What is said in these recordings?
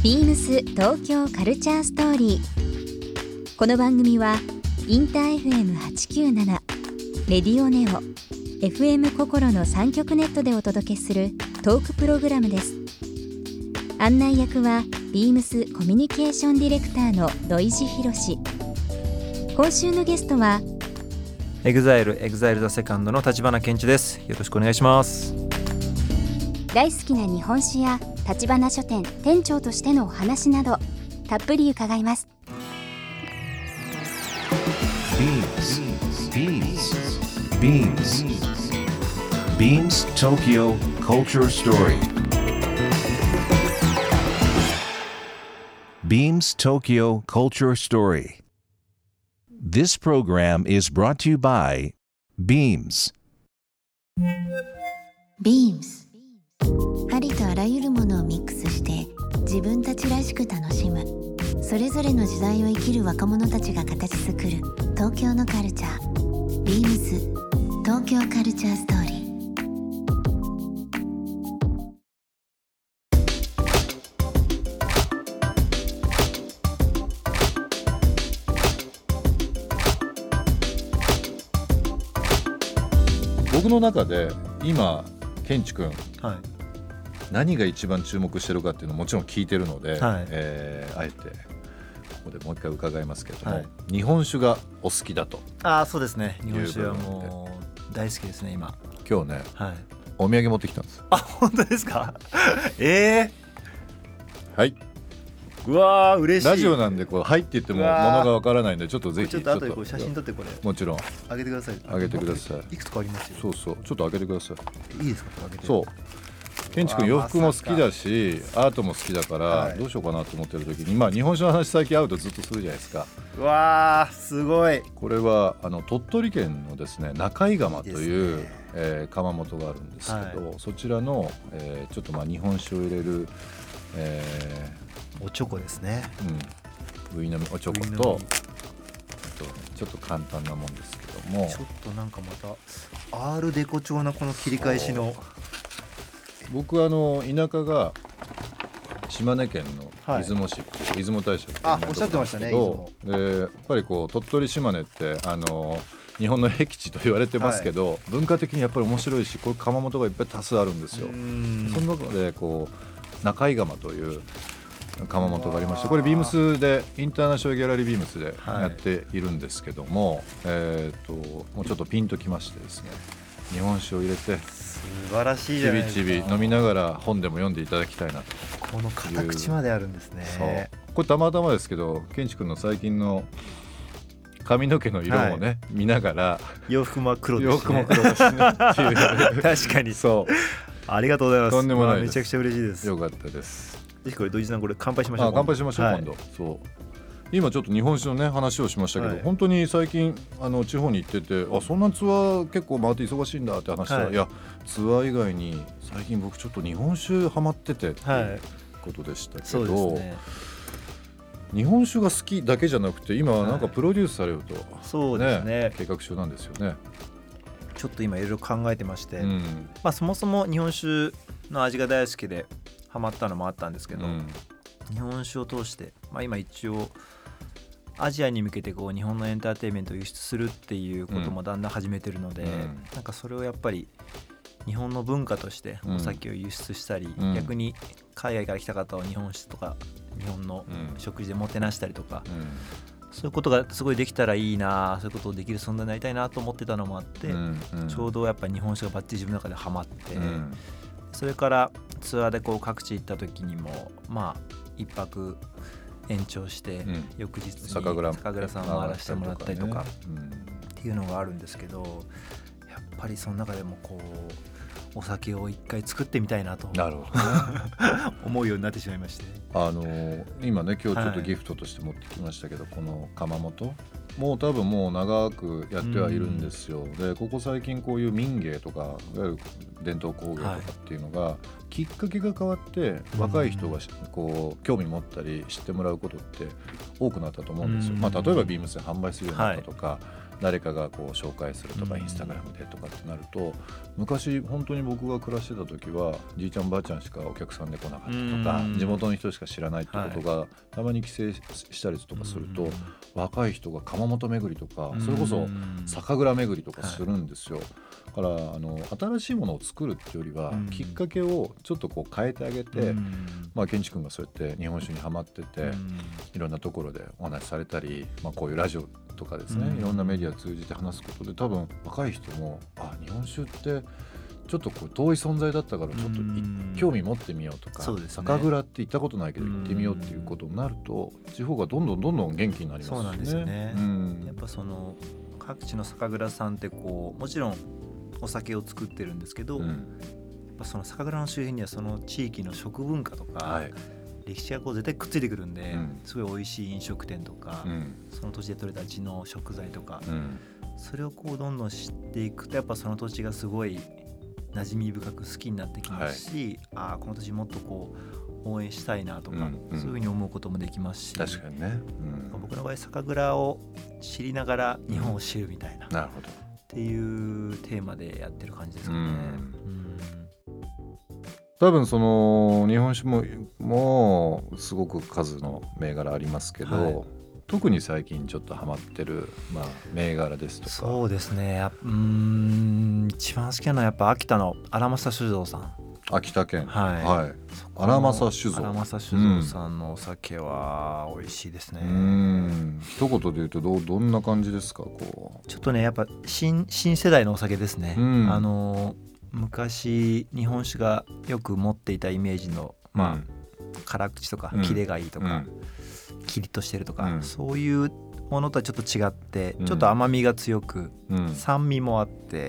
ビームス東京カルチャーストーリー。この番組はインター FM897 レディオネオ FM 心の3極ネットでお届けするトークプログラムです。案内役はビームスコミュニケーションディレクターの土井博志。今週のゲストは EXILE the Second の立花健一です。よろしくお願いします。 大好きな日本酒や立花書店店長としてのお話などたっぷり伺います。 Beams Tokyo Culture Story. Beams Tokyo Culture Story. This program is brought to you by Beams. Beams ありとあらゆるものをミックスして自分たちらしく楽しむ、それぞれの時代を生きる若者たちが形作る東京のカルチャー。 Beams 東京カルチャーストーリー。 僕の中で今ケンチ君、 はい、 何が一番注目してるかっていうのももちろん聞いてるので、 はい、 あえてここでもう一回伺いますけれども、 はい、 日本酒がお好きだと。 そうですね、日本酒はもう大好きですね。今日ね、 はい、 お土産持ってきたんです。 本当ですか？ はい、 うわー嬉しい。 ラジオなんでこうはいって言っても物がわからないんで、ちょっとぜひちょっと後でこう写真撮ってこれもちろんあげてください。 あげてください。 いくつかありますよ。 そうちょっとあげてください。 いいですか？あげて。 そうケンチ君洋服も好きだしアートも好きだから、 はい、 どうしようかなと思ってる時に、日本酒の話最近会うとずっとするじゃないですか。 うわーすごい。 これは鳥取県のですね中井窯という、窯元があるんですけど、はい、そちらの、ちょっと日本酒を入れる、 おちょこですね。 ウイのみおちょこと、ちょっと簡単なもんですけども、 ちょっとなんかまたアールデコ調なこの切り返しの。 僕田舎が島根県の出雲市、出雲大社っていうおっしゃってましたね。 でやっぱりこう鳥取島根って日本の僻地と言われてますけど、はい、文化的にやっぱり面白いし、こういう窯元がいっぱい多数あるんですよ。その中でこう中井窯という窯元がありまして、これビームスでインターナショナルギャラリービームスでやっているんですけども、もうちょっとピンときましてですね、日本酒を入れて素晴らしいじゃないですか。 ちびちび飲みながら本でも読んでいただきたいなと。 この片口まであるんですね。 そうこれたまたまですけど、ケンチ君の最近の髪の毛の色もね、はい、見ながら洋服も黒ですね。 洋服も黒ですね確かにそう。 ありがとうございます。 とんでもないです。 めちゃくちゃ嬉しいです。 よかったです。 ぜひこれ土井さん、これ乾杯しましょう。 乾杯しましょう、 はい、 今度。そう今ちょっと日本酒のね話をしましたけど、はい、本当に最近地方に行ってて、そんなツアー結構回って忙しいんだって話したら、はい、いやツアー以外に最近僕ちょっと日本酒ハマっててっていうことでしたけど、はい、そうですね、日本酒が好きだけじゃなくて今はなんかプロデュースされると、はい、 そうですね、 計画中なんですよね。 ちょっと今いろいろ考えてまして、そもそも日本酒の味が大好きでハマったのもあったんですけど、日本酒を通して、今一応アジアに向けてこう日本のエンターテインメントを輸出するっていうこともだんだん始めてるので、なんかそれをやっぱり日本の文化としてお酒を輸出したり、逆に海外から来た方を日本酒とか日本の食事でもてなしたりとか、そういうことがすごいできたらいいな、そういうことをできる存在になりたいなと思ってたのもあって、ちょうどやっぱり日本酒がバッチリ自分の中でハマって、それからツアーでこう各地行った時にも一泊延長して、翌日に酒蔵さんを回らせてもらったりとかっていうのがあるんですけど、やっぱりその中でもこうお酒を一回作ってみたいなと思うようになってしまいまして、 今ね今日ちょっとギフトとして持ってきましたけど、この窯元もう多分もう長くやってはいるんですよ。でここ最近こういう民芸とかいわゆる伝統工芸とかっていうのが、きっかけが変わって若い人がこう興味持ったり知ってもらうことって多くなったと思うんですよ。例えばビームスで販売するようになったとか、 誰かがこう紹介するとかインスタグラムでとかってなると、昔本当に僕が暮らしてた時はじいちゃんばあちゃんしかお客さんで来なかったとか、地元の人しか知らないってことが、たまに帰省したりとかすると、若い人が窯元巡りとか、それこそ酒蔵巡りとかするんですよ。だから新しいものを作るっていうよりは、きっかけをちょっとこう変えてあげて、ケンチ君がそうやって日本酒にハマってて、いろんなところでお話しされたり、こういうラジオとかですね、いろんなメディアを通じて話すことで、多分若い人も日本酒ってちょっとこう遠い存在だったから、ちょっと興味持ってみようとか、酒蔵って行ったことないけど行ってみようっていうことになると、地方がどんどん元気になりますよね。 そうなんですよね。やっぱその各地の酒蔵さんってこうもちろんお酒を作ってるんですけど、その酒蔵の周辺にはその地域の食文化とか、歴史がこう絶対くっついてくるんで、すごい美味しい飲食店とか、その土地で採れた地の食材とか、それをこうどんどん知っていくと、やっぱその土地がすごい馴染み深く好きになってきますし、この土地もっとこう応援したいなとか、そういうふうに思うこともできますし、 確かにね、 僕の場合酒蔵を知りながら日本を知るみたいな、 なるほどっていうテーマでやってる感じですかね。 多分その日本酒もすごく数の銘柄ありますけど、特に最近ちょっとハマってる、銘柄ですとか。 そうですね、一番好きなのはやっぱ秋田の荒政酒造さん。 秋田県、荒政酒造。 荒政酒造さんのお酒は美味しいですね。 一言で言うとどんな感じですか？こうちょっとね、やっぱ新世代のお酒ですね。昔日本酒がよく持っていたイメージの、辛口とかキレがいいとか、キリッとしてるとか、そういうものとはちょっと違って、ちょっと甘みが強く、酸味もあって、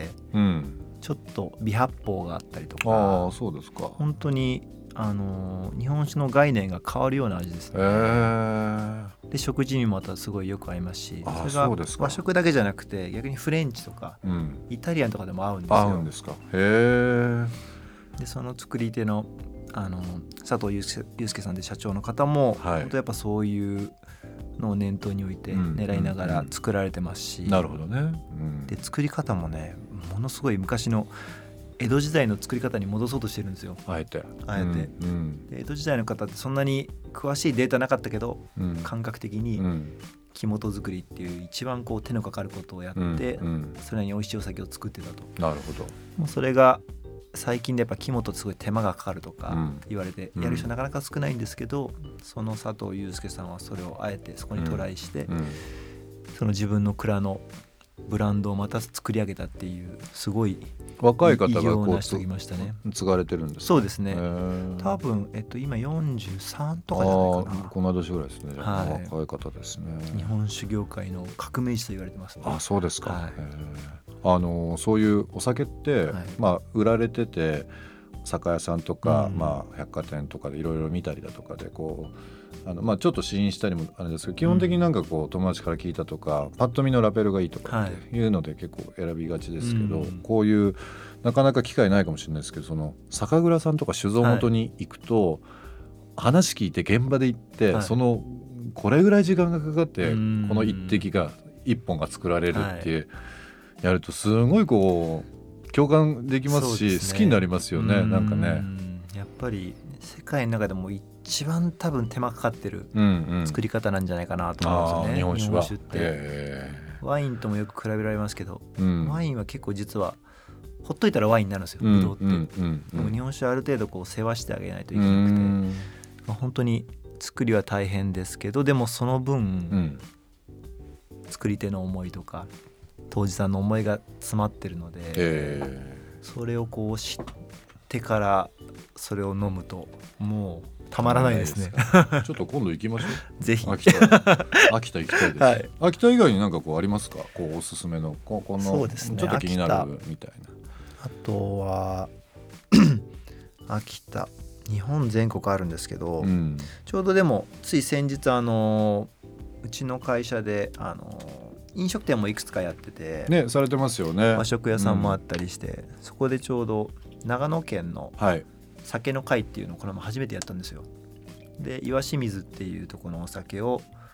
ちょっと微発泡があったりとか、 そうですか。 本当に日本酒の概念が変わるような味ですね。で食事にもまたすごいよく合いますし、それが和食だけじゃなくて逆にフレンチとか、イタリアンとかでも合うんですよ。 合うんですか。 でその作り手の佐藤祐介さんで社長の方も、本当やっぱそういうのを念頭に置いて狙いながら作られてますし、 なるほどね。 で作り方もね、ものすごい昔の江戸時代の作り方に戻そうとしてるんですよ。あえて、で江戸時代の方ってそんなに詳しいデータなかったけど、感覚的に木本作りっていう一番こう手のかかることをやって、それに美味しいお酒を作ってたと。 なるほど。 もうそれが最近でやっぱ木本ってすごい手間がかかるとか言われて、やる人なかなか少ないんですけど、その佐藤祐介さんはそれをあえてそこにトライして、その自分の蔵のブランドをまた作り上げたっていう、すごい若い方がこう継がれてるんですか？ そうですね。多分、今43とかじゃないかな。 この年ぐらいですね。若い方ですね。 日本酒業界の革命児と言われてますね。 そうですか。そういうお酒って、売られてて酒屋さんとか、百貨店とかでいろいろ見たりだとかでこうちょっと試飲したりもあれですけど、基本的になんかこう友達から聞いたとか、パッと見のラベルがいいとかっていうので結構選びがちですけど、こういうなかなか機会ないかもしれないですけど、その酒蔵さんとか酒造元に行くと、話聞いて現場で行って、そのこれぐらい時間がかかってこの一滴が一本が作られるってやると、すごいこう共感できますし、好きになりますよね。なんかね、 やっぱり世界の中でも一番多分手間かかってる作り方なんじゃないかなと思うんですよね。日本酒ってワインともよく比べられますけど、ワインは結構実はほっといたらワインになるんですよ、ブドウって。でも日本酒はある程度こう世話してあげないといけなくて、本当に作りは大変ですけど、でもその分、作り手の思いとか杜氏さんの思いが詰まってるので、それをこう知ってからそれを飲むともうたまらないですね。 ちょっと今度行きましょう。 ぜひ。 秋田行きたいです。秋田以外に何かこうありますか？こうおすすめのこのちょっと気になるみたいな。 あとは秋田、日本全国あるんですけど、ちょうどでもつい先日うちの会社で飲食店もいくつかやってて、 ね、されてますよね。 和食屋さんもあったりして、そこでちょうど長野県の酒の会っていうのをこれも初めてやったんですよ。で岩清水っていうところのお酒をう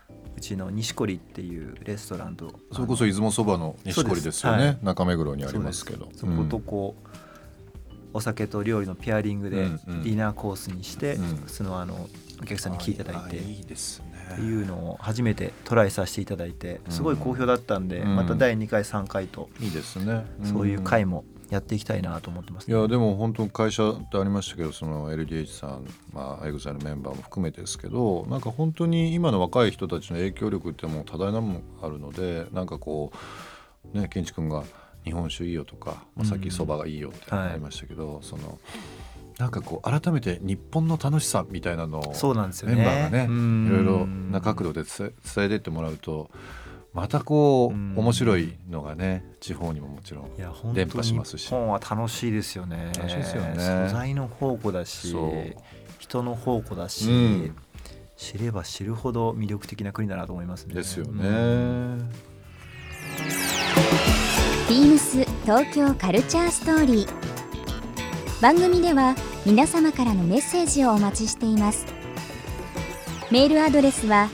ちの西堀っていうレストランと、 それこそ出雲そばの西堀ですよね、はい、中目黒にありますけど、 そことこう、お酒と料理のペアリングでディナーコースにして、そのお客さんに来ていただいて、 いいですねっていうのを初めてトライさせていただいて、すごい好評だったんで、また第2回3回といいですね、 そういう回もやっていきたいなと思ってます、ね。 いやでも本当会社ってありましたけど、その LDH さん、EXILE のメンバーも含めてですけど、なんか本当に今の若い人たちの影響力ってもう多大なものがあるので、なんかこうね、ケンチ君が日本酒いいよとか、さっきそばがいいよってありましたけど、そのなんかこう改めて日本の楽しさみたいなのをそうなんですよね、 メンバーがね、いろいろな角度で伝えてってもらうと、またこう面白いのがね、地方にももちろん伝播しますし、 日本は楽しいですよね。 楽しいですよね。 素材の宝庫だし、人の宝庫だし、知れば知るほど魅力的な国だなと思いますね。 ですよね。 ビームス東京カルチャーストーリー。番組では皆様からのメッセージをお待ちしています。メールアドレスは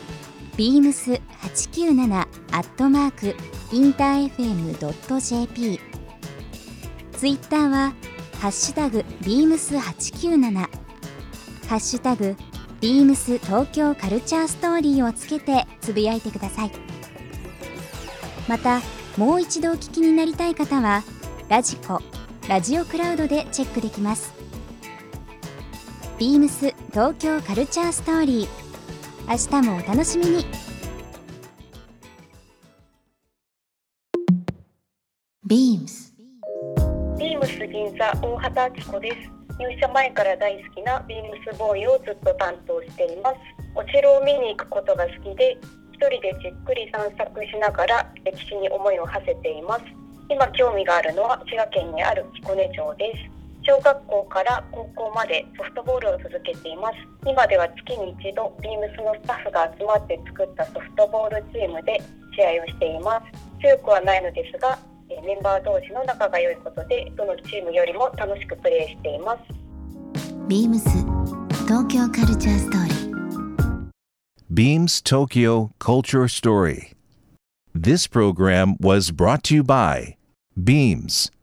beams897@interfm.jp、 ツイッターはハッシュタグ beams897、 ハッシュタグ beams 東京カルチャーストーリーをつけてつぶやいてください。またもう一度お聞きになりたい方はラジコ、ラジオクラウドでチェックできます。beams 東京カルチャーストーリー、明日もお楽しみに。 beams 銀座大畑敦子です。入社前から大好きなビームスボーイをずっと担当しています。お城を見に行くことが好きで、一人でじっくり散策しながら歴史に思いを馳せています。今興味があるのは滋賀県にある彦根城です。小学校から高校までソフトボールを続けています。今では月に一度ビームスのスタッフが集まって作ったソフトボールチームで試合をしています。強くはないのですが、メンバー同士の仲が良いことでどのチームよりも楽しくプレーしています。 ビームス東京カルチャーストーリー。 Beams Tokyo Culture Story. This program was brought to you by Beams.